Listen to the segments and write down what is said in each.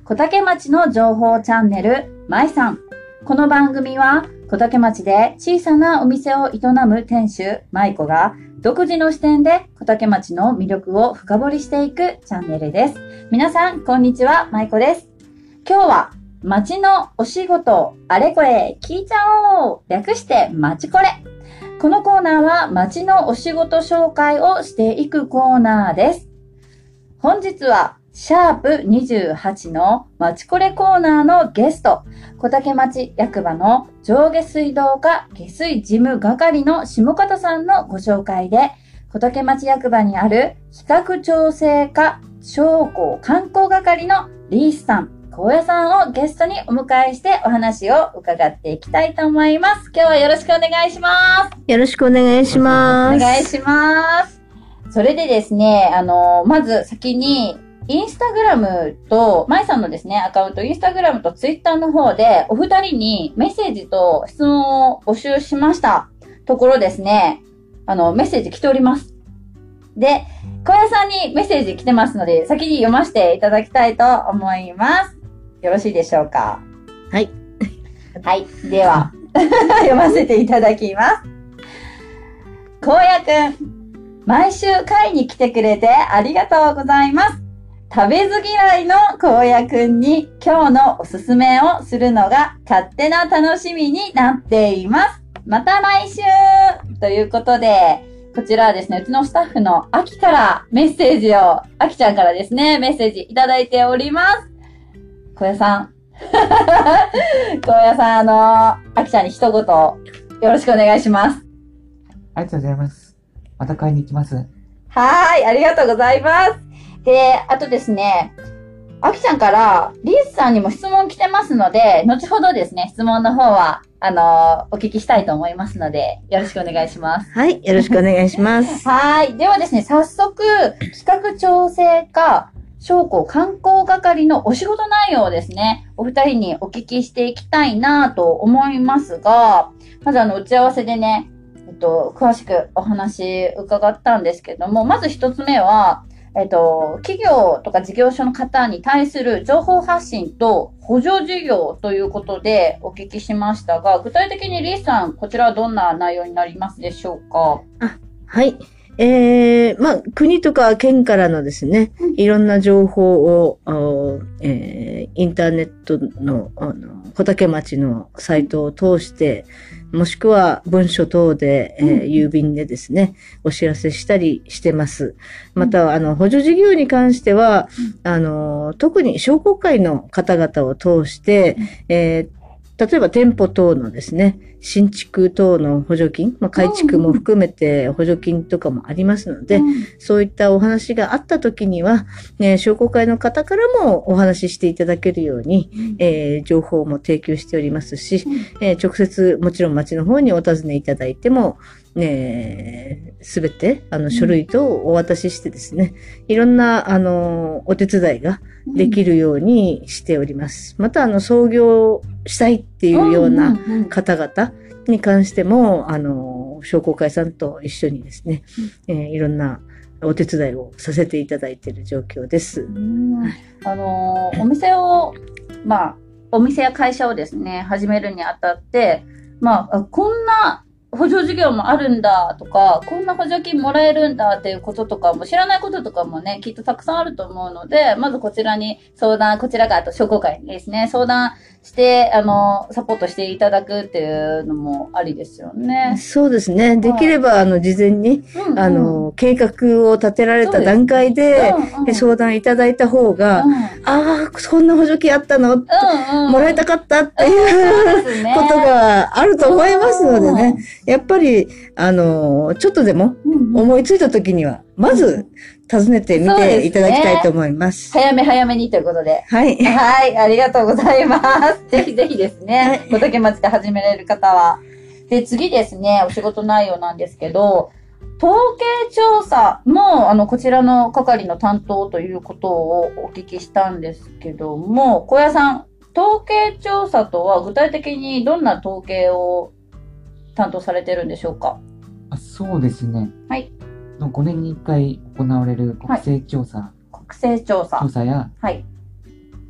小竹町の情報チャンネル、まいさん。この番組は、小竹町で小さなお店を営む店主、まいこが、独自の視点で小竹町の魅力を深掘りしていくチャンネルです。皆さん、こんにちは、まいこです。今日は、町のお仕事、あれこれ、聞いちゃおう。略して、まちこれ。このコーナーは、町のお仕事紹介をしていくコーナーです。本日は、シャープ28のまちこれコーナーのゲスト、小竹町役場の上下水道課下水事務係の下方さんのご紹介で、小竹町役場にある企画調整課商工観光係のリースさん、高野さんをゲストにお迎えしてお話を伺っていきたいと思います。今日はよろしくお願いします。 よろしくお願いします。 お願いします。それでですね、まず先に、インスタグラムと、まいさんのですね、アカウント、インスタグラムとツイッターの方で、お二人にメッセージと質問を募集しましたところですね、メッセージ来ております。で、小屋さんにメッセージ来てますので、先に読ませていただきたいと思います。よろしいでしょうか？ はい。 はい。では、読ませていただきます。荒野くん、毎週会に来てくれてありがとうございます。食べず嫌いの荒野くんに今日のおすすめをするのが勝手な楽しみになっています。また来週ということで、こちらはですね、うちのスタッフのあきからメッセージを、あきちゃんからですね、メッセージいただいております。荒野さん。荒野さん、あきちゃんに一言よろしくお願いします。 ありがとうございます。また買いに行きます。 はい、ありがとうございます。で、あとですね、あきちゃんからリースさんにも質問来てますので、後ほどですね、質問の方は、お聞きしたいと思いますので、よろしくお願いします。 はい、よろしくお願いします。 はい。ではですね、早速、企画調整課、商工観光係のお仕事内容をですね、お二人にお聞きしていきたいなと思いますが、まず打ち合わせでね、詳しくお話伺ったんですけども、まず一つ目は、企業とか事業所の方に対する情報発信と補助事業ということでお聞きしましたが、具体的にリーさん、こちらはどんな内容になりますでしょうか？ はい。国とか県からのですね、いろんな情報を、インターネットの、小竹町のサイトを通して、もしくは文書等で、郵便でですね、お知らせしたりしてます。また、補助事業に関しては、特に商工会の方々を通して、例えば店舗等のですね、新築等の補助金、改築も含めて補助金とかもありますので、そういったお話があったときには、商工会の方からもお話ししていただけるように、情報も提供しておりますし、直接もちろん町の方にお尋ねいただいても、すべて、書類等をお渡ししてですね、いろんな、お手伝いができるようにしております。また、創業したいっていうような方々に関しても、商工会さんと一緒にですね、いろんなお手伝いをさせていただいている状況です。 お店を、お店や会社をですね、始めるにあたって、こんな補助事業もあるんだとか、こんな補助金もらえるんだっていうこととかも、知らないこととかもね、きっとたくさんあると思うので、まずこちらにこちらがあと商工会にですね、相談して、サポートしていただくっていうのもありですよね。 そうですね。できれば、事前に、計画を立てられた段階で、相談いただいた方が、そんな補助金あったの、もらいたかったっていうことがあると思いますのでね。やっぱり、ちょっとでも思いついた時には、まず、訪ねてみていただきたいと思います。 早めにということで。 はい。 はい、ありがとうございます。ぜひぜひですね、小竹町で始められる方は。で、次ですね、お仕事内容なんですけど、統計調査も、こちらの係の担当ということをお聞きしたんですけども、小屋さん、統計調査とは具体的にどんな統計を担当されてるんでしょうか？ そうですね。 はい。 5年に1回行われる国勢調査。 国勢調査。 調査や、 はい。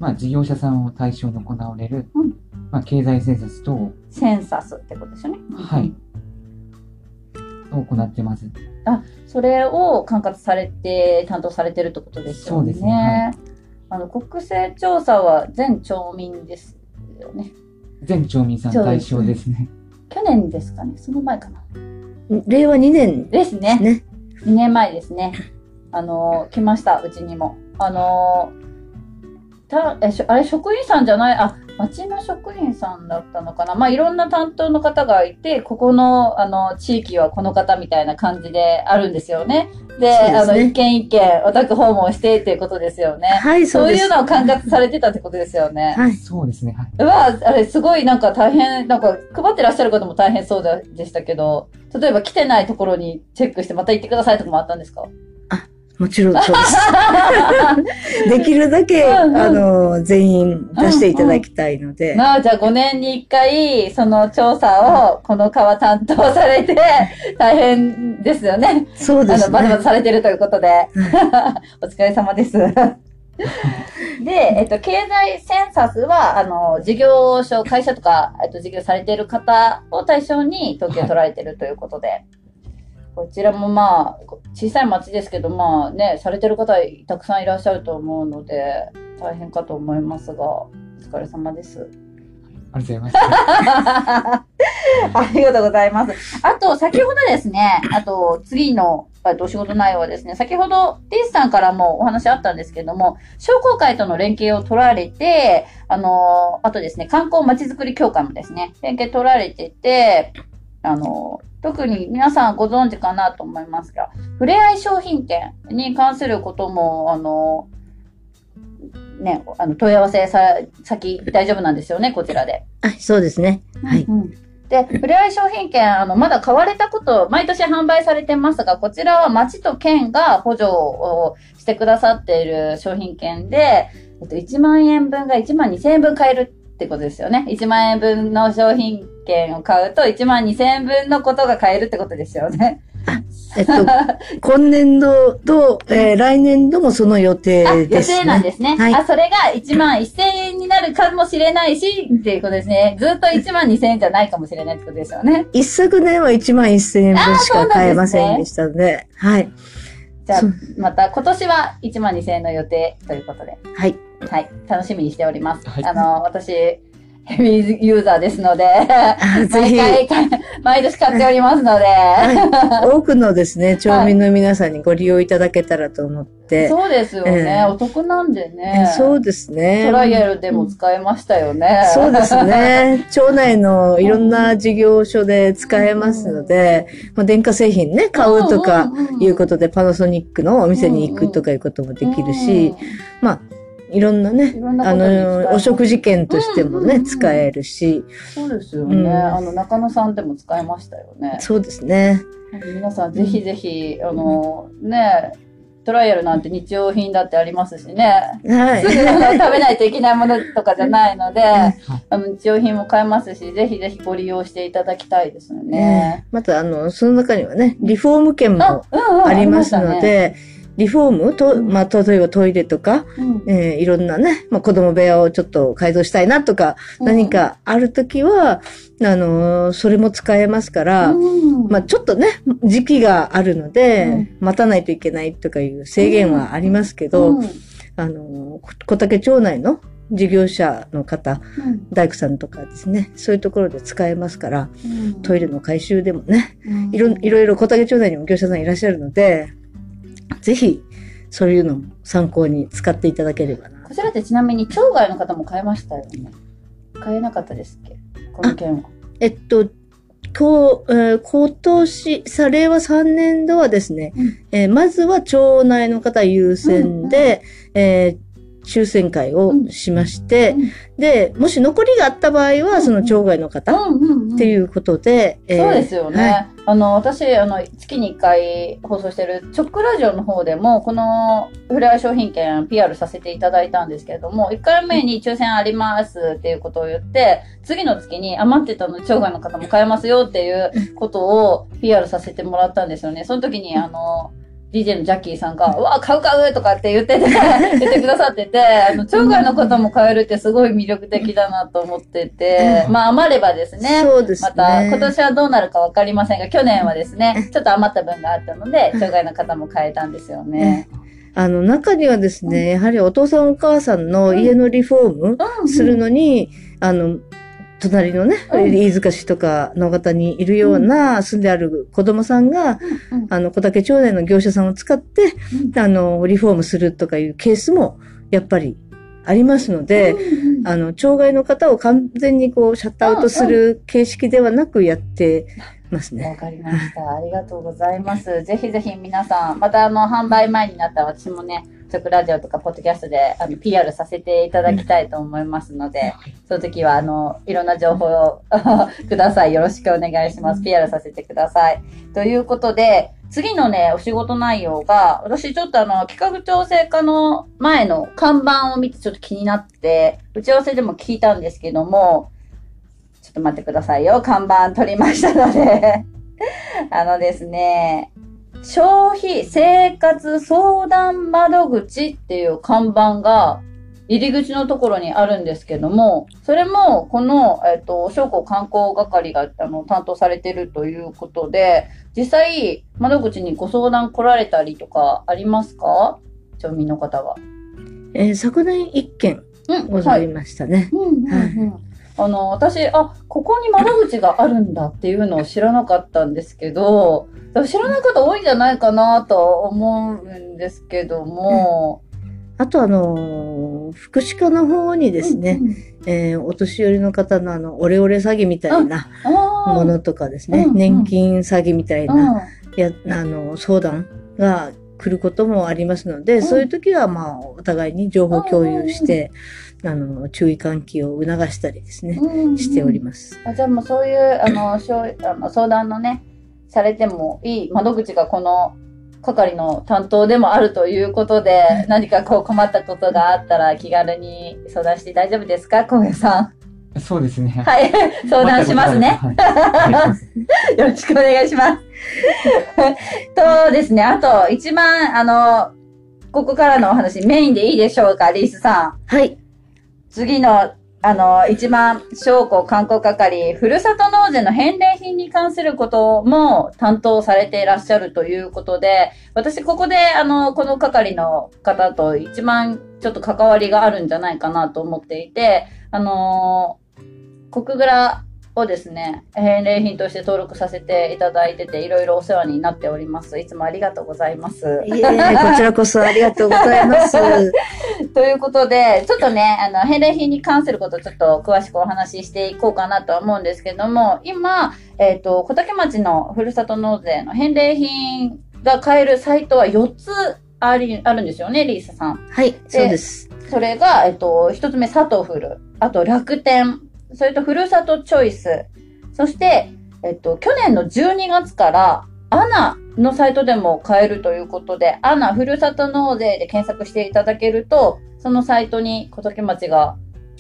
事業者さんを対象に行われる、 うん経済政策等を、 センサスってことですよね。 はい、を行ってます。 それを管轄されて、担当されてるってことですよね。 そうですね。 国勢調査は全町民ですよね。 全町民さん対象ですね。 去年ですかね、その前かな。 令和2年ですね。 ね。 2年前ですね。来ました、うちにも。あれ、職員さんじゃない、町の職員さんだったのかな。いろんな担当の方がいて、ここの、地域はこの方みたいな感じであるんですよね。で、 そうですね一軒一軒、お宅訪問してっていうことですよね。 はい、そうです。 そういうのを管轄されてたってことですよね。 はい。 そうですね。はい。 あれ、すごいなんか大変、なんか配ってらっしゃる方も大変そうでしたけど、例えば来てないところにチェックしてまた行ってくださいとかもあったんですか？ もちろんそうです。できるだけ、全員出していただきたいので。 じゃあ5年に1回、その調査をこの川担当されて、大変ですよね。 そうですね。 まだまだされてるということで。お疲れ様です。で、経済センサスは、事業所、会社とか、事業されている方を対象に統計を取られているということで、こちらも小さい町ですけど、されてる方たくさんいらっしゃると思うので、大変かと思いますが、お疲れ様です。 ありがとうございます。 ありがとうございます。あと、先ほどですね、次の、お仕事内容はですね、先ほど、ティスさんからもお話あったんですけども、商工会との連携を取られて、あとですね、観光まちづくり協会もですね、連携取られてて、特に皆さんご存知かなと思いますが、ふれあい商品券に関することも、問い合わせ先大丈夫なんですよね、こちらで。 そうですね。はい。 で、ふれあい商品券、まだ買われたこと、毎年販売されてますが、こちらは町と県が補助をしてくださっている商品券で、1万円分が1万2000円分買えるってことですよね。1万円分の商品券を買うと1万2000円分のことが買えるってことですよね。 今年度と、来年度もその予定ですね。 予定なんですね。はい、それが1万1000円になるかもしれないし、っていうことですね。ずっと1万2000円じゃないかもしれないってことですよね。 一昨年は1万1000円分しか買えませんでしたので、はい。 じゃあ、また今年は1万2000円の予定ということで。 はい。 はい。楽しみにしております。 はい、 私、ヘビーユーザーですので、毎年買っておりますので、 多くのですね、町民の皆さんにご利用いただけたらと思って。 そうですよね。お得なんでね。 そうですね。 トライアルでも使えましたよね。 そうですね。町内のいろんな事業所で使えますので、電化製品ね、買うとかいうことで、パナソニックのお店に行くとかいうこともできるし、いろんなね、お食事券としてもね、使えるし。 そうですよね。中野さんでも使えましたよね。 そうですね。 皆さんぜひぜひ、トライアルなんて日用品だってありますしね。 はい。 すぐ食べないといけないものとかじゃないので、日用品も買えますし、ぜひぜひご利用していただきたいですよね。 また、その中にはね、リフォーム券もありますので、リフォームと、例えばトイレとか、いろんなね、子供部屋をちょっと改造したいなとか、何かあるときは、それも使えますから、ちょっとね、時期があるので、待たないといけないとかいう制限はありますけど、小竹町内の事業者の方、大工さんとかですね、そういうところで使えますから、トイレの改修でもね、いろいろ小竹町内にも業者さんいらっしゃるので、ぜひ、そういうのも参考に使っていただければな。 こちらってちなみに町外の方も買えましたよね。買えなかったですっけ、この件は。 今年、令和3年度はですね、まずは町内の方優先で、抽選会をしまして、で、もし残りがあった場合は、その町外の方っていうことで、 そうですよね。私、月に1回放送してるチョックラジオの方でも、このフレア商品券 PR させていただいたんですけれども、1回目に抽選ありますっていうことを言って、次の月に余ってたの町外の方も買えますよっていうことを PR させてもらったんですよね。その時に DJ のジャッキーさんが、うわ、買うとかって言ってくださってて、町外の方も買えるってすごい魅力的だなと思ってて、まあ余ればですね、 そうですね。 また今年はどうなるかわかりませんが、去年はですね、ちょっと余った分があったので、町外の方も買えたんですよね。 中にはですね、やはりお父さんお母さんの家のリフォームするのに、隣のね、飯塚市とかの方にいるような住んである子供さんが、小竹町内の業者さんを使って、リフォームするとかいうケースも、やっぱりありますので、町外の方を完全にこう、シャットアウトする形式ではなくやってますね。 わかりました。ありがとうございます。ぜひぜひ皆さん、また販売前になったら私もね、直ラジオとかポッドキャストでPR させていただきたいと思いますので、その時はいろんな情報をください。よろしくお願いします。PR させてください。ということで、次のね、お仕事内容が、私ちょっと企画調整課の前の看板を見てちょっと気になって、打ち合わせでも聞いたんですけども、ちょっと待ってくださいよ。看板取りましたので。ですね、消費生活相談窓口っていう看板が入り口のところにあるんですけども、それもこの、商工観光係が担当されているということで、実際窓口にご相談来られたりとかありますか？町民の方が。 昨年1件ございましたね。 私、ここに窓口があるんだっていうのを知らなかったんですけど、知らない方多いんじゃないかなと思うんですけども。 あと福祉課の方にですね、お年寄りの方のオレオレ詐欺みたいなものとかですね、年金詐欺みたいな、相談が来ることもありますので、そういう時はお互いに情報共有して、注意喚起を促したりですね、しております。 じゃあもうそういう相談のね、されてもいい窓口がこの係の担当でもあるということで、何か困ったことがあったら気軽に相談して大丈夫ですか、小宮さん。そうですね。 はい。相談しますね。よろしくお願いします。とですね、あと一番ここからのお話メインでいいでしょうか、リースさん。 はい。 次の一番、商工観光係、ふるさと納税の返礼品に関することも担当されていらっしゃるということで、私ここでこの係の方と一番ちょっと関わりがあるんじゃないかなと思っていて、国蔵をですね、返礼品として登録させていただいてて、いろいろお世話になっております。いつもありがとうございます。 こちらこそありがとうございます。 ということで、ちょっとね、返礼品に関することをちょっと詳しくお話ししていこうかなとは思うんですけども、今、小竹町のふるさと納税の返礼品が買えるサイトは4つあるんですよね、リーサさん。 はい、そうです。 それが、1つ目、サトフル。あと、楽天。それと、ふるさとチョイス。そして、去年の12月から、アナのサイトでも買えるということで、アナふるさと納税で検索していただけると、そのサイトに小竹町が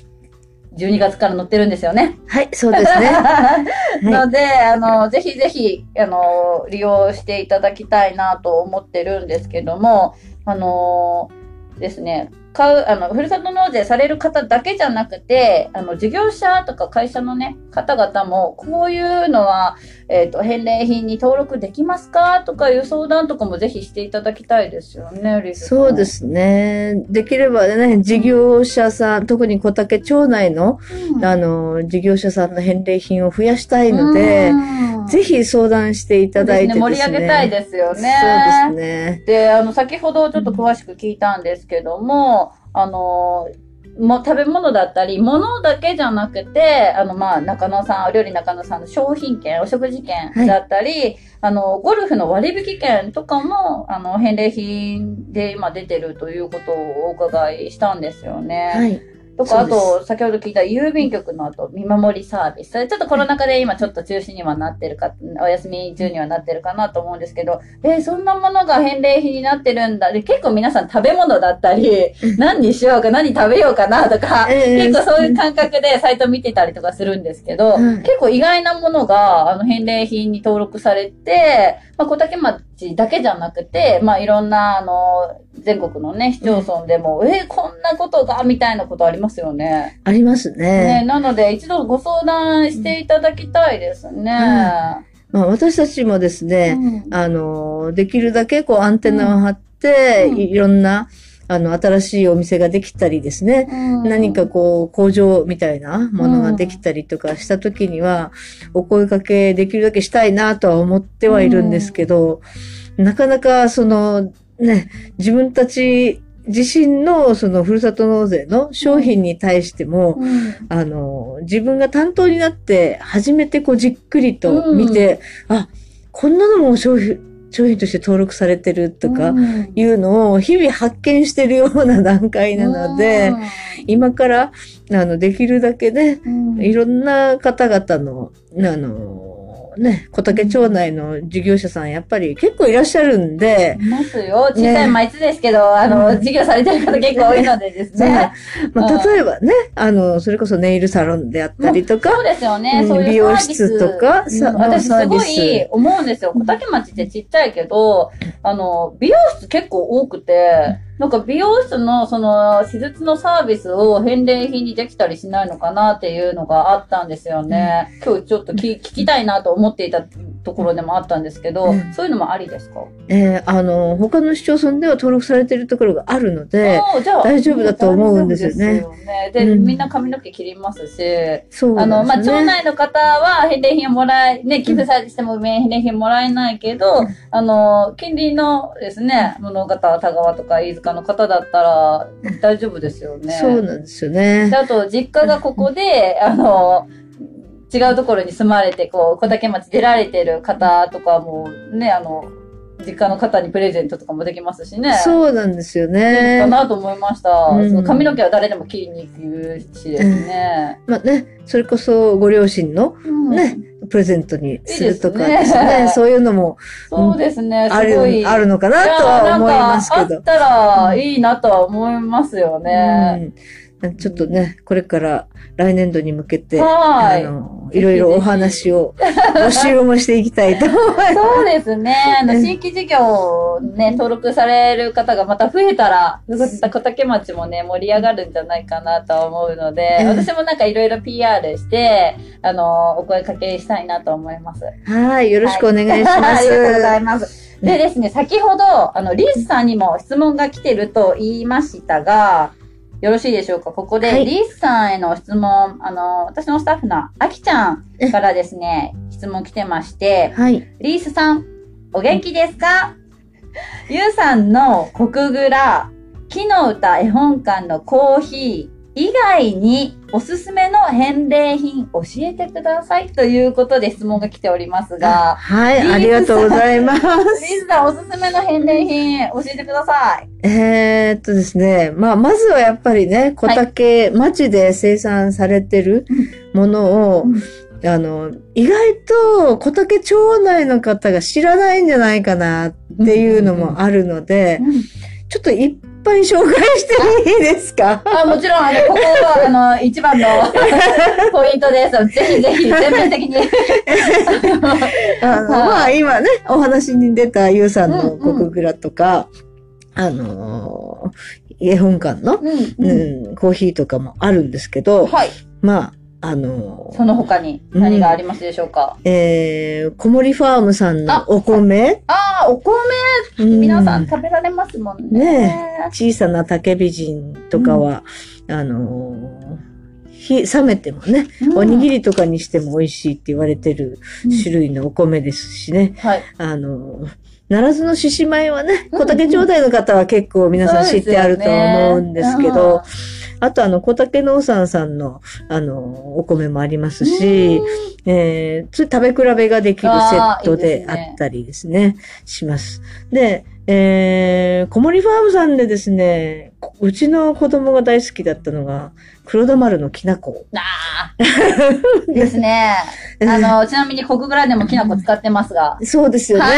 12月から載ってるんですよね。 はい、そうですね。 ので、ぜひぜひ、利用していただきたいなと思ってるんですけども、ですね、ふるさと納税される方だけじゃなくて、事業者とか会社のね、方々も、こういうのは、返礼品に登録できますかとかいう相談とかもぜひしていただきたいですよね、リスさん。 そうですね。できればね、事業者さん、特に小竹町内の、事業者さんの返礼品を増やしたいので、ぜひ相談していただいてですね。 盛り上げたいですよね。 そうですね。 で、先ほどちょっと詳しく聞いたんですけども、食べ物だったり、物だけじゃなくて、中野さん、お料理中野さんの商品券、お食事券だったり、ゴルフの割引券とかも、返礼品で今出てるということをお伺いしたんですよね。 はい。 とか、あと、先ほど聞いた郵便局の見守りサービス。ちょっとコロナ禍で今ちょっと中止にはなってるか、お休み中にはなってるかなと思うんですけど、そんなものが返礼品になってるんだ。で、結構皆さん食べ物だったり、何にしようか、何食べようかなとか、結構そういう感覚でサイト見てたりとかするんですけど、結構意外なものが、返礼品に登録されて、 まあ、小竹町だけじゃなくて、まあ、いろんな、全国のね、市町村でも、こんなことが、みたいなことありますよね。 ありますね。 なので、一度ご相談していただきたいですね。 まあ、私たちもですね、できるだけこうアンテナを張って、いろんな、新しいお店ができたりですね、何かこう、工場みたいなものができたりとかした時には、お声掛けできるだけしたいなとは思ってはいるんですけど、なかなか自分たち自身のそのふるさと納税の商品に対しても、自分が担当になって初めてこうじっくりと見て、こんなのも商品として登録されてるとかいうのを日々発見してるような段階なので、今からできるだけね、いろんな方々の小竹町内の事業者さんやっぱり結構いらっしゃるんで。 いますよ。小さい町ですけど、事業されてる方結構多いのでですね。 まあ、例えばね、それこそネイルサロンであったりとか。 そうですよね。そういう美容室とか、 私すごい思うんですよ。小竹町ってちっちゃいけど、美容室結構多くて、なんか美容室の手術のサービスを返礼品にできたりしないのかなっていうのがあったんですよね。今日ちょっと聞きたいなと思っていたところでもあったんですけど、そういうのもありですか？ 他の市町村では登録されているところがあるので、大丈夫だと思うんですよね。 で、みんな髪の毛切りますし、 そうですね。 まあ、町内の方は返礼品をもらえ、ね、寄付さえしても返礼品もらえないけど、近隣のですね、物語、田川とか飯塚の方だったら大丈夫ですよね。 そうなんですよね。 で、あと、実家がここで、違うところに住まれて、こう、小竹町出られてる方とかも、ね、実家の方にプレゼントとかもできますしね。 そうなんですよね。 いいかなと思いました。その髪の毛は誰でも切りに行くしですね。 まあね、それこそご両親のね、プレゼントにするとかですね。そういうのも、 そうですね。 あるのかなとは思いますけど。 あったらいいなとは思いますよね。 ちょっとね、これから来年度に向けて、 いろいろお話を、募集もしていきたいと思います。 そうですね。新規事業をね、登録される方がまた増えたら、小竹町もね、盛り上がるんじゃないかなと思うので、私もなんかいろいろ PR して、お声かけしたいなと思います。 はい。よろしくお願いします。 ありがとうございます。でですね、先ほど、リースさんにも質問が来てると言いましたが、よろしいでしょうか？ここで、リースさんへの質問、私のスタッフのあきちゃんからですね、質問来てまして、リースさん、お元気ですか？ゆうさんの国蔵、木の歌絵本館のコーヒー以外におすすめの返礼品教えてくださいということで質問が来ておりますが。 はい、ありがとうございます。リースさん、おすすめの返礼品教えてください。 ですね、まずはやっぱりね、小竹町で生産されてるものを、意外と小竹町内の方が知らないんじゃないかなっていうのもあるので、ちょっといっぱい紹介していいですか？ もちろん、ここは、一番のポイントです。ぜひぜひ、全面的に。 まあ、今ね、お話に出たゆうさんの国蔵とか、絵本館の、コーヒーとかもあるんですけど、まあ、 その他に何がありますでしょうか？ 小森ファームさんのお米。 お米、皆さん食べられますもんね。 小さな竹美人とかは、冷めてもね、おにぎりとかにしても美味しいって言われてる種類のお米ですしね。ならずの獅子舞はね、小竹町内の方は結構皆さん知ってあると思うんですけど、あと小竹農産さんのお米もありますし、食べ比べができるセットであったりですね、します。で、小森ファームさんでですね、うちの子供が大好きだったのが、黒田丸のきなこ。 ですね。ちなみに、コクグラでもきなこ使ってますが。 そうですよね。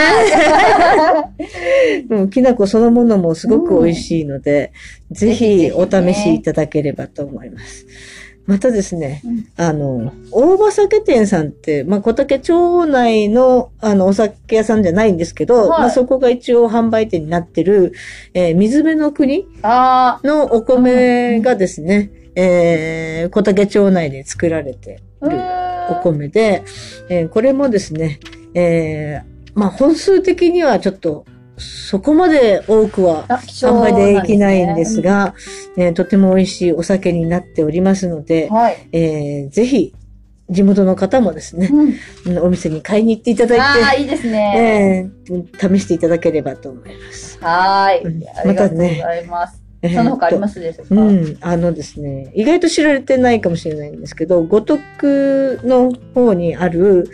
もうきなこそのものもすごく美味しいので、ぜひお試しいただければと思います。 またですね、 うん大場酒店さんって、まあ、小竹町内の、お酒屋さんじゃないんですけど、 はいまあ、そこが一応販売店になってる、水辺の国あのお米がですね、小竹町内で作られてあ、 るお米で、これもですね、まあ、本数的にはちょっと、そこまで多くは販売できないんですが、とても美味しいお酒になっておりますので、 はい。 ぜひ、地元の方もですね、お店に買いに行っていただいああ、いいですね。 て、試していただければと思います。 はい。 うんありがとうございます。その他ありますでしょうか？ ですね、意外と知られてないかもしれないんですけど、五徳の方にある、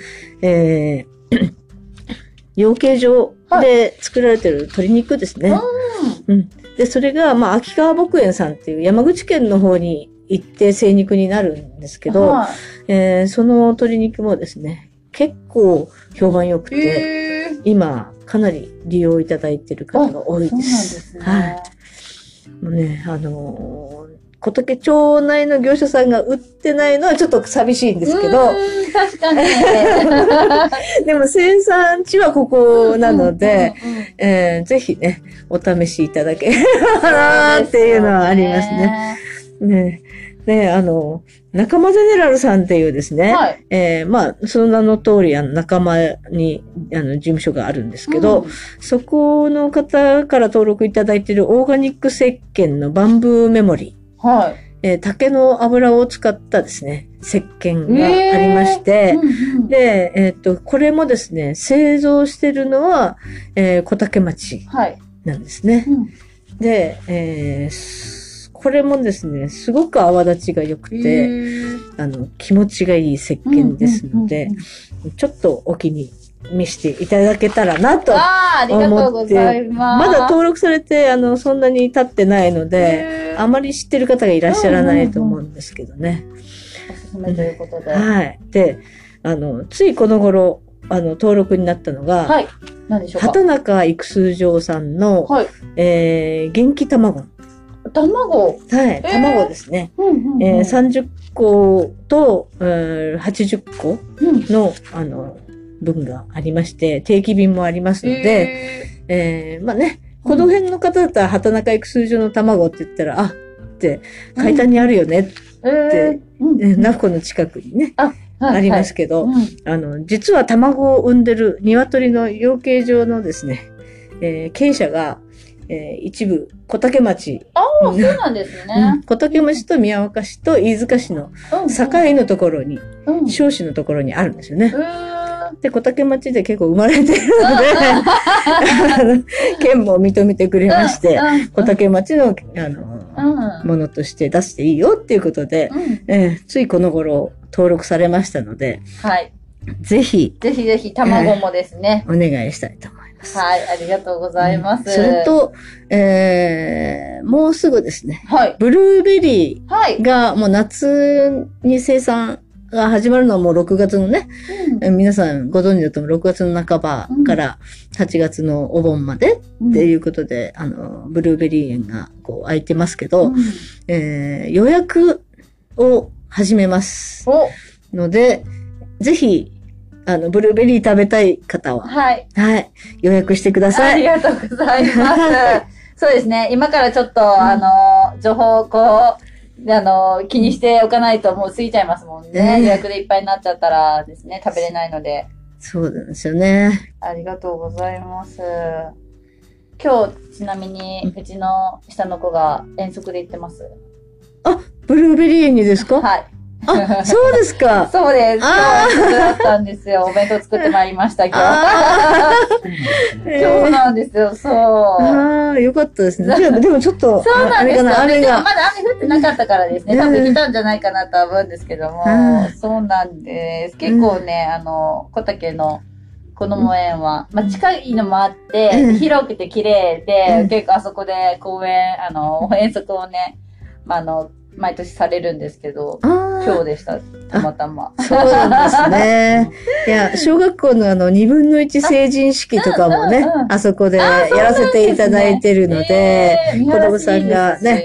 養鶏場で作られてる鶏肉ですね。で、それが、まあ、秋川牧園さんっていう山口県の方に行って精肉になるんですけど、その鶏肉もですね、結構評判良くて、今、かなり利用いただいている方が多いです。 そうなんですね。 はい。もうね、小竹町内の業者さんが売ってないのはちょっと寂しいんですけど、 確かに。 でも生産地はここなので、ぜひね、お試しいただければなっていうのはありますね。で、仲間ゼネラルさんっていうですね、まあ、その名の通り、仲間に、事務所があるんですけど、そこの方から登録いただいているオーガニック石鹸のバンブーメモリー。竹の油を使ったですね、石鹸がありまして、で、これもですね、製造してるのは、小竹町なんですね。で、これもですね、すごく泡立ちが良くて、気持ちがいい石鹸ですので、ちょっとお気に見していただけたらなと思って、 ありがとうございます。 まだ登録されて、そんなに経ってないので、あまり知ってる方がいらっしゃらないと思うんですけどね。 おすすめということで。 はい。で、ついこの頃、登録になったのが、 何でしょうか？ 畑中育数場さんの、元気卵。 卵？ はい、卵ですね。30個と、80個の、分がありまして、定期便もありますので、まあね、この辺の方だったら畑中育数場の卵って言ったら、あって海岸にあるよねって、ナフコの近くにね、ありますけど、実は卵を産んでる鶏の養鶏場のですね、経営者が、一部、小竹町。 そうなんですね。 小竹町と宮若市と飯塚市の境のところに、少市のところにあるんですよね。で、小竹町で結構生まれてるので、県も認めてくれまして、小竹町の、ものとして出していいよっていうことで、ついこの頃登録されましたので、ぜひ卵もですね、 お願いしたいと思います。 はい、ありがとうございます。 それと、もうすぐですね、ブルーベリーがもう夏に生産が始まるのはもう6月のね、皆さんご存知だと思う6月の半ばから8月のお盆までっていうことで、ブルーベリー園がこう空いてますけど、予約を始めますので、ぜひ、ブルーベリー食べたい方は、予約してください。 ありがとうございます。そうですね。今からちょっと、情報をこう、気にしておかないともう過ぎちゃいますもんね。予約でいっぱいになっちゃったらですね、食べれないので。 そうなんですよね。 ありがとうございます。今日、ちなみに、うちの下の子が遠足で行ってます。 ブルーベリー園にですか？ はい。 そうですか。 そうです。今日だったんですよ。お弁当作ってまいりました、今日。今日なんですよ、そう。 よかったですね。でもちょっと、 そうなんですよ。 雨が。 まだ雨降ってなかったからですね。多分来たんじゃないかなとは思うんですけども。そうなんです。結構ね、小竹のこの農園は、まあ、近いのもあって、広くて綺麗で、結構あそこで公園、遠足をね、まあ、毎年されるんですけど、今日でした、たまたま。 そうなんですね。いや、小学校の2分の1成人式とかもね、あそこでやらせていただいてるので、子供さんがね、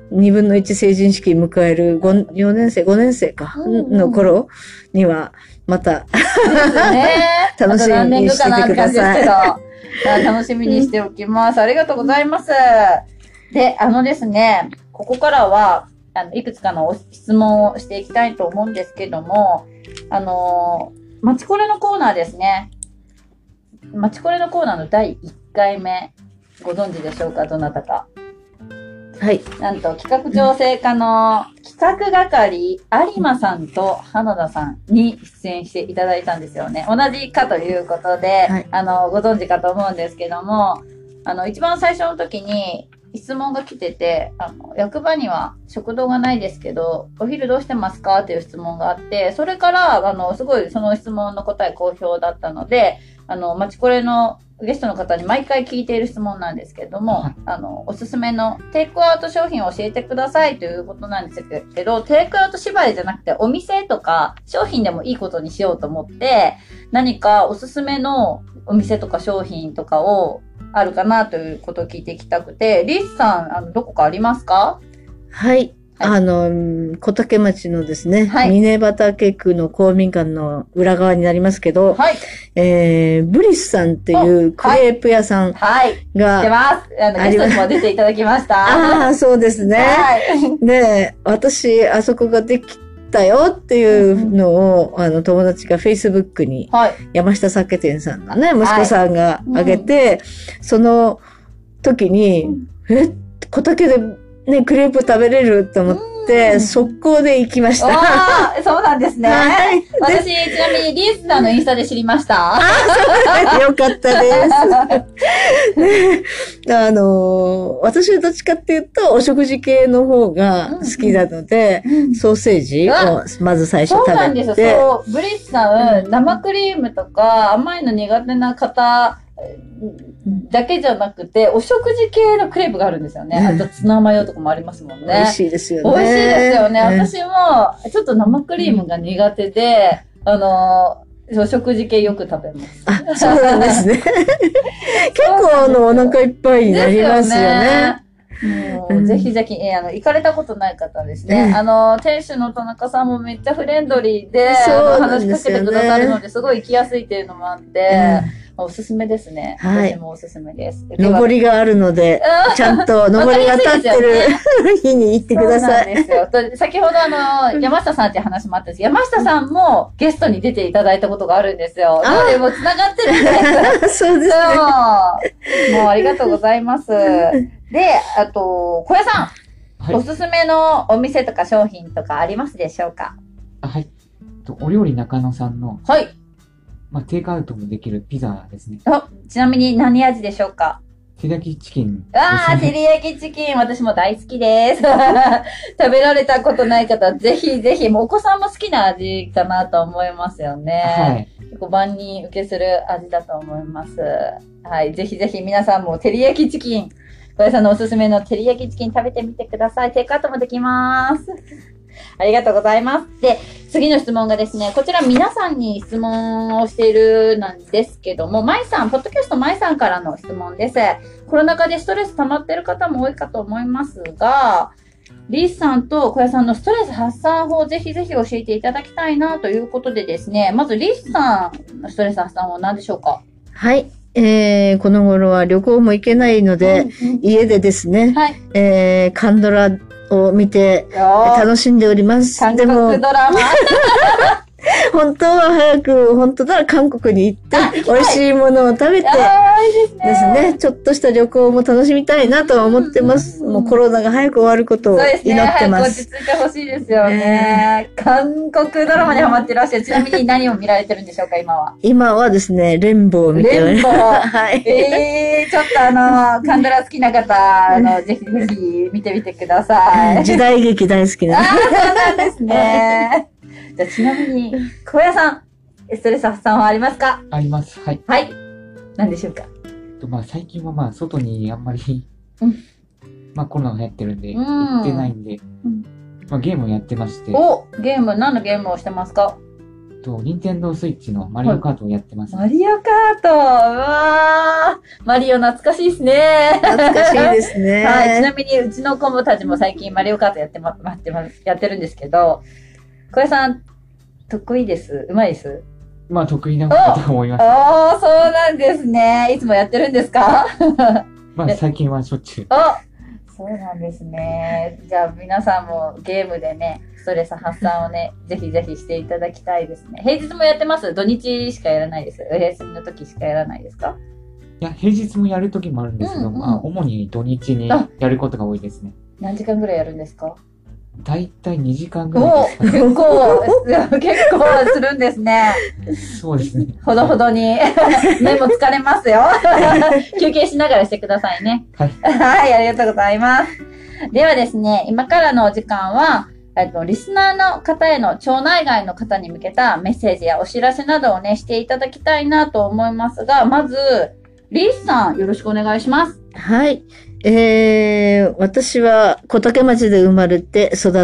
2分の1成人式迎える4年生、5年生か、の頃には、また、 ですね。 楽しみにしててください。 楽しみにしておきます。ありがとうございます。で、ですね、ここからは、いくつかの質問をしていきたいと思うんですけども、マチコレのコーナーですね。マチコレのコーナーの第1回目、ご存知でしょうか、どなたか。 はい。 なんと、企画調整課の企画係、有馬さんと花田さんに出演していただいたんですよね。同じかということで、 はい、 ご存知かと思うんですけども、一番最初の時に質問が来てて、役場には食堂がないですけど、お昼どうしてますかっていう質問があって、それから、すごいその質問の答え好評だったので、マチコレのゲストの方に毎回聞いている質問なんですけれども、おすすめのテイクアウト商品を教えてくださいということなんですけど、テイクアウト縛りじゃなくてお店とか商品でもいいことにしようと思って、何かおすすめのお店とか商品とかをあるかなということを聞いていきたくて、リスさん、どこかありますか？ はい。小竹町のですね、峰畑区の公民館の裏側になりますけど、はい、ブリスさんっていうクレープ屋さんが、 はい、知ってます。ゲストにも出ていただきました。 ああ、そうですね。はい、で、私、あそこができたよっていうのを、友達が Facebook に、山下酒店さんのね、息子さんがあげて、その時に、小竹で、ね、クレープ食べれると思って、速攻で行きました。 ああ、そうなんですね。はい、私、ちなみにリースさんのインスタで知りました。 ああ、よかったです。ね、私はどっちかっていうと、お食事系の方が好きなので、ソーセージをまず最初食べて。そうなんですよ。 ブリスさん、生クリームとか甘いの苦手な方、だけじゃなくて、お食事系のクレープがあるんですよね。あと、ツナマヨとかもありますもんね。 美味しいですよね。 美味しいですよね。私も、ちょっと生クリームが苦手で、お食事系よく食べます。 あ、そうなんですね。結構お腹いっぱいになりますよね。 ぜひぜひ、行かれたことない方ですね。店主の田中さんもめっちゃフレンドリーで、話しかけてくださるので、すごい行きやすいっていうのもあって、おすすめですね。私もおすすめです。 上りがあるので、ちゃんと上りが立ってる日に行ってください。 そうなんですよ。先ほど山下さんっていう話もあったんです。山下さんもゲストに出ていただいたことがあるんですよ。なので、もう繋がってるんです。 そうですね。 もうありがとうございます。で、小屋さん、おすすめのお店とか商品とかありますでしょうか？ はい。お料理中野さんの、 はい。 テイクアウトもできるピザですね。 ちなみに何味でしょうか？ 照り焼きチキン。 照り焼きチキン、私も大好きです。食べられたことない方、ぜひぜひ、もうお子さんも好きな味かなと思いますよね。はい。結構万人受けする味だと思います。はい。ぜひぜひ皆さんも照り焼きチキン、小屋さんのおすすめの照り焼きチキン食べてみてください。テイクアウトもできます。ありがとうございます。で、次の質問がですね、こちら皆さんに質問をしているなんですけども、舞さん、ポッドキャスト舞さんからの質問です。コロナ禍でストレス溜まってる方も多いかと思いますが、リースさんと小屋さんのストレス発散法をぜひぜひ教えていただきたいなということでですね、まずリースさんのストレス発散法は何でしょうか？ はい。この頃は旅行も行けないので、家でですね、はい、カンドラを見て楽しんでおります。 韓国ドラマ本当は早く、本当なら韓国に行って、美味しいものを食べて、ですね、ちょっとした旅行も楽しみたいなとは思ってます。もうコロナが早く終わることを祈ってます。 そうですね、早く落ち着いてほしいですよね。韓国ドラマにハマってらっしゃる。ちなみに何を見られてるんでしょうか、今は。 今はですね、レンボーを見ております。 はい。ちょっとカンドラ好きな方、ぜひぜひ見てみてください。 時代劇大好きな。 そうなんですね。じゃあちなみに、小屋さん、ストレス発散はありますか？ あります。はい。 はい。何でしょうか？ 最近は外にあんまり、コロナが流行ってるんで、行ってないんで、ゲームをやってまして。 ゲーム、何のゲームをしてますか？ 任天堂スイッチのマリオカートをやってます。 マリオカート、うわマリオ懐かしいですね。 懐かしいですね。 はい。ちなみに、うちの子もたちも最近マリオカートやってるんですけど、小屋さん、得意です？うまいです？ まあ、得意なことと思います。 ああ、そうなんですね。いつもやってるんですか？ まあ、最近はしょっちゅう。 そうなんですね。じゃあ、皆さんもゲームでね、ストレス発散をね、ぜひぜひしていただきたいですね。平日もやってます？土日しかやらないです？お休みの時しかやらないですか？ いや、平日もやる時もあるんですけど、まあ、主に土日にやることが多いですね。 何時間ぐらいやるんですか？ だいたい2時間ぐらいですかね。 結構するんですね。 そうですね。 ほどほどに。目も疲れますよ。休憩しながらしてくださいね。 はい。 はい、ありがとうございます。ではですね、今からのお時間は、リスナーの方への町内外の方に向けたメッセージやお知らせなどをね、していただきたいなと思いますが、まず、リースさん、よろしくお願いします。 はい。私は小竹町で生まれて育って、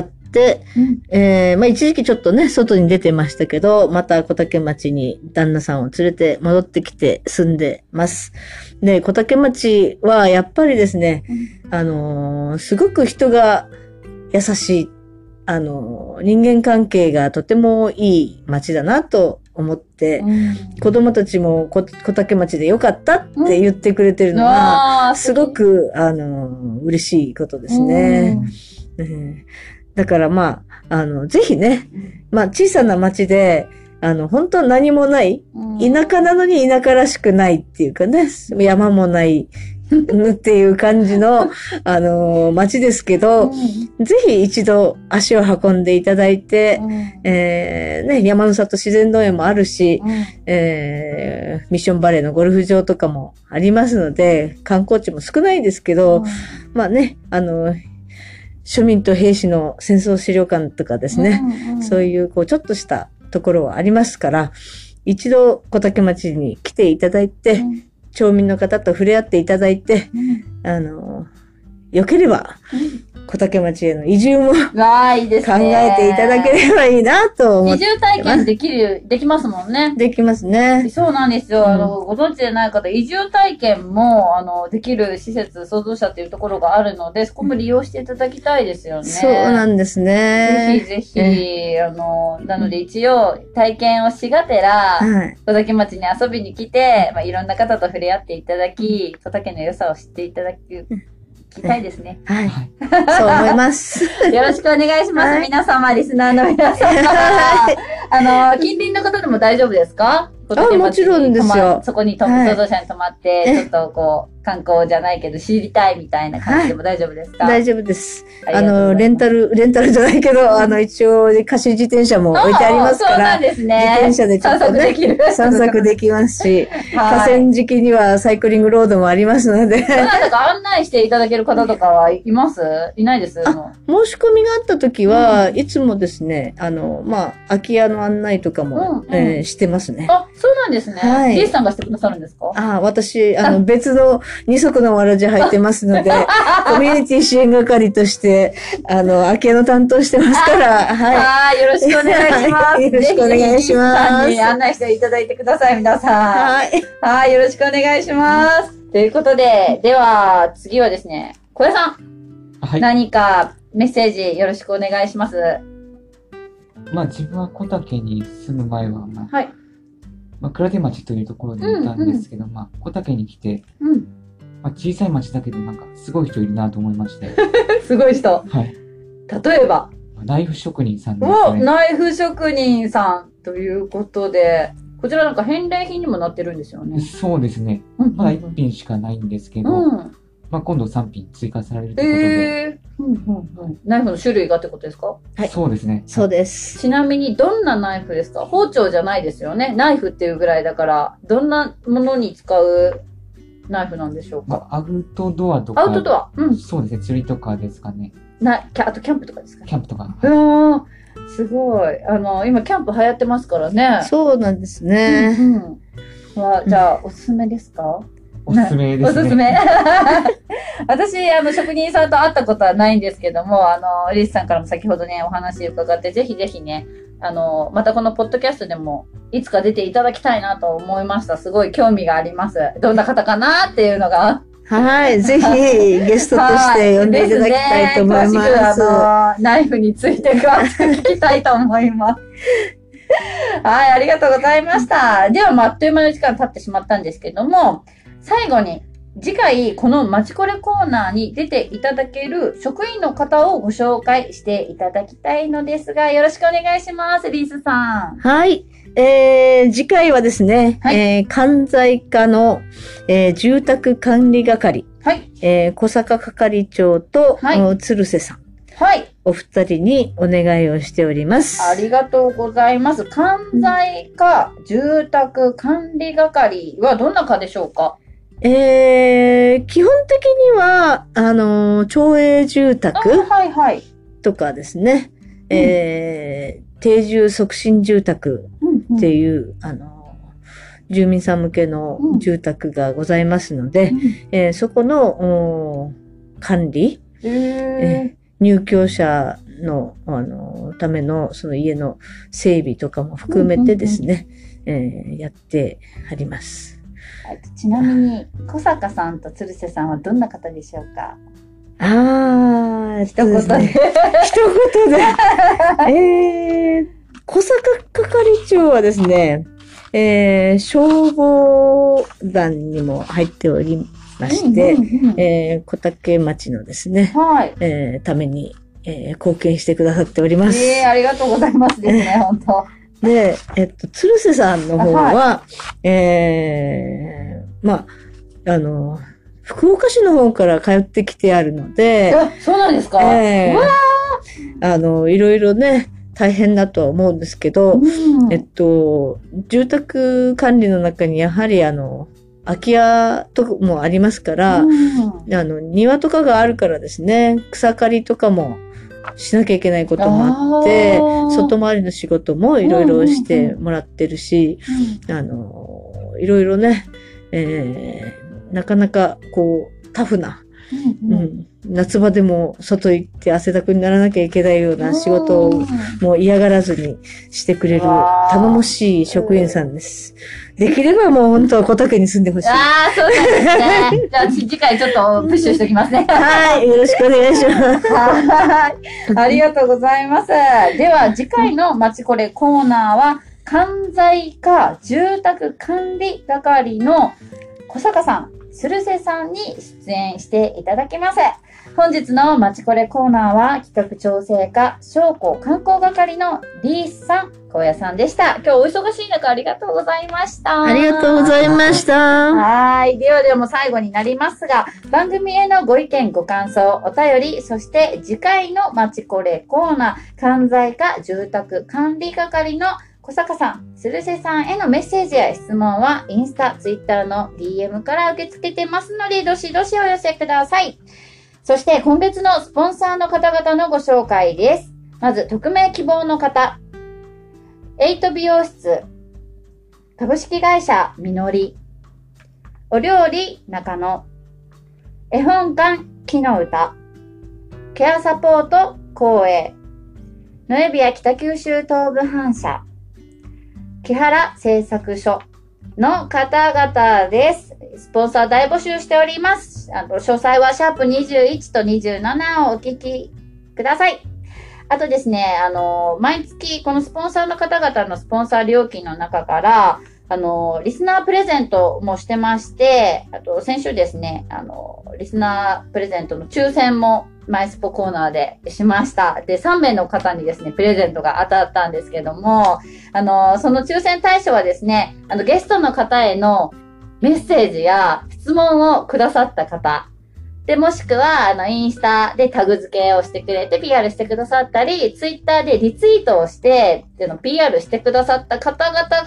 まあ一時期ちょっとね、外に出てましたけど、また小竹町に旦那さんを連れて戻ってきて住んでます。で、小竹町はやっぱりですね、すごく人が優しい、人間関係がとてもいい町だなと思って、子供たちも小竹町でよかったって言ってくれてるのが、すごく、嬉しいことですね。だからまあ、ぜひね、まあ小さな町で、本当何もない、田舎なのに田舎らしくないっていうかね、山もないっていう感じの、町ですけど、ぜひ一度足を運んでいただいて、ね、山の里自然農園もあるし、ミッションバレーのゴルフ場とかもありますので、観光地も少ないですけど、まあね、庶民と兵士の戦争資料館とかですね、そういうこうちょっとしたところはありますから、一度小竹町に来ていただいて、町民の方と触れ合っていただいて、よければ、小竹町への移住も考えていただければいいなと思って。 移住体験できますもんね。 できますね。 そうなんですよ。ご存知でない方、移住体験も、できる施設、創造者っていうところがあるので、そこも利用していただきたいですよね。 そうなんですね。 ぜひぜひ、なので一応、体験をしがてら、小竹町に遊びに来て、いろんな方と触れ合っていただき、小竹の良さを知っていただく。聞きたいですね。 はい。そう思います。 よろしくお願いします。皆様、リスナーの皆様。近隣の方でも大丈夫ですか？ もちろんですよ。 そこに創造者に泊まって、ちょっとこう、観光じゃないけど知りたいみたいな感じでも大丈夫ですか？ 大丈夫です。レンタルじゃないけど、一応貸し自転車も置いてありますから。 そうなんですね。 自転車でちょっとね、散策できますし、河川敷にはサイクリングロードもありますので。 なんか案内していただける方とかはいます？いないです？ 申し込みがあった時は、いつもですね、空き家の案内とかもしてますね。 そうなんですね。はい。リースさんがしてくださるんですか？ 私、別の二足のわらじ履いてますので、コミュニティ支援係として、空き家の担当してますから、 はい。よろしくお願いします。 よろしくお願いします。 案内していただいてください、皆さん。はい。はい、よろしくお願いします。ということで、では、次はですね、小屋さん。はい。何かメッセージよろしくお願いします。 自分は小竹に住む前は、 はい。 倉手町というところにいたんですけど、小竹に来て、小さい町だけどすごい人いるなと思いまして。 すごい人。 はい。 例えばナイフ職人さんですね。 ナイフ職人さんということで、こちら返礼品にもなってるんですよね。 そうですね。まだ1品しかないんですけど、今度3品追加されるということで。 ナイフの種類がってことですか？ はい。 そうですね。 そうです。 ちなみにどんなナイフですか？包丁じゃないですよね。ナイフっていうぐらいだから、どんなものに使うナイフなんでしょうか？ アウトドアとか。 アウトドア。 そうですね。釣りとかですかね。 あとキャンプとかですかね。 キャンプとか。 すごい。今キャンプ流行ってますからね。 そうなんですね。 じゃあ、おすすめですか？ おすすめですね。 おすすめ。私、職人さんと会ったことはないんですけども、リースさんからも先ほどね、お話伺って、ぜひぜひね、 またこのポッドキャストでも、いつか出ていただきたいなと思いました。すごい興味があります。どんな方かなっていうのが。 はい。ぜひ、ゲストとして呼んでいただきたいと思います。 詳しくナイフについて詳しく聞きたいと思います。はい、ありがとうございました。では、あっという間の時間経ってしまったんですけども、最後に、次回、このまちこれコーナーに出ていただける職員の方をご紹介していただきたいのですが、よろしくお願いします、リースさん。 はい。次回はですね、はい、管財課の、住宅管理係、はい、小坂係長と、はい、鶴瀬さん。はい。お二人にお願いをしております。 ありがとうございます。管財課住宅管理係はどんな課でしょうか？ 基本的には、町営住宅とかですね、定住促進住宅っていう、住民さん向けの住宅がございますので、そこの管理、入居者の、ための、その家の整備とかも含めてですね、やってあります。 ちなみに、小坂さんと鶴瀬さんはどんな方でしょうか？ 一言で。一言で。小坂係長はですね、消防団にも入っておりまして、小竹町のですね、はい、ために、貢献してくださっております。 ありがとうございますですね、本当。 で、鶴瀬さんの方は、福岡市の方から通ってきてあるので、 そうなんですか？ いろいろね、大変だとは思うんですけど、住宅管理の中にやはり空き家とかもありますから、庭とかがあるからですね、草刈りとかもしなきゃいけないこともあって、外回りの仕事もいろいろしてもらってるし、いろいろね、なかなかこう、タフな、夏場でも外行って汗だくにならなきゃいけないような仕事をもう嫌がらずにしてくれる頼もしい職員さんです。できればもう本当は小竹に住んでほしい。 そうなんですね。じゃあ次回ちょっとプッシュしておきますね。 はい、よろしくお願いします。 はい。ありがとうございます。では次回のまちこれコーナーは、管財課住宅管理係の小坂さん、鶴瀬さんに出演していただきます。本日のまちこれコーナーは企画調整課商工観光係のリースさん、高野さんでした。今日お忙しい中ありがとうございました。 ありがとうございました。 はい。ではもう最後になりますが、番組へのご意見ご感想、お便り、そして次回のまちこれコーナー、管財課住宅管理係の小坂さん、鶴瀬さんへのメッセージや質問はインスタ、ツイッターの DM から受け付けてますので、どしどしお寄せください。そして今月のスポンサーの方々のご紹介です。まず、匿名希望の方。8美容室、株式会社みのり、お料理中野、絵本館木の歌、ケアサポート光栄、ノエビア北九州東部反社、木原製作所の方々です。スポンサー大募集しております。詳細はシャープ21と27をお聞きください。あとですね、毎月このスポンサーの方々のスポンサー料金の中から、リスナープレゼントもしてまして、あと先週ですね、リスナープレゼントの抽選もマイスポコーナーでしました。で、3名の方にですね、プレゼントが当たったんですけども、その抽選対象はですね、ゲストの方へのメッセージや質問をくださった方、で、もしくは、インスタでタグ付けをしてくれて PR してくださったり、ツイッターでリツイートをして、PR してくださった方々が、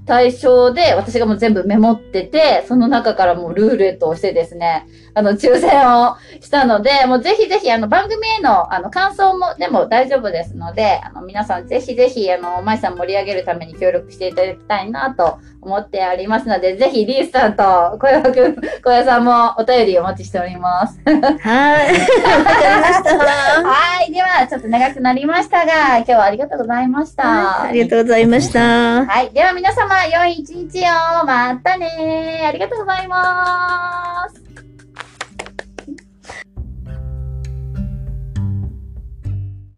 対象で、私がもう全部メモってて、その中からもうルーレットをしてですね、抽選をしたので、もうぜひぜひ、番組への、感想も、でも大丈夫ですので、皆さんぜひぜひ、舞さん盛り上げるために協力していただきたいなと思っておりますので、ぜひ、リースさんと小屋さんもお便りお待ちしております。 はい。わかりました。 はい。では、ちょっと長くなりましたが、今日はありがとうございました。 ありがとうございました。 はい。では皆様、良い一日を。またね。ありがとうございます。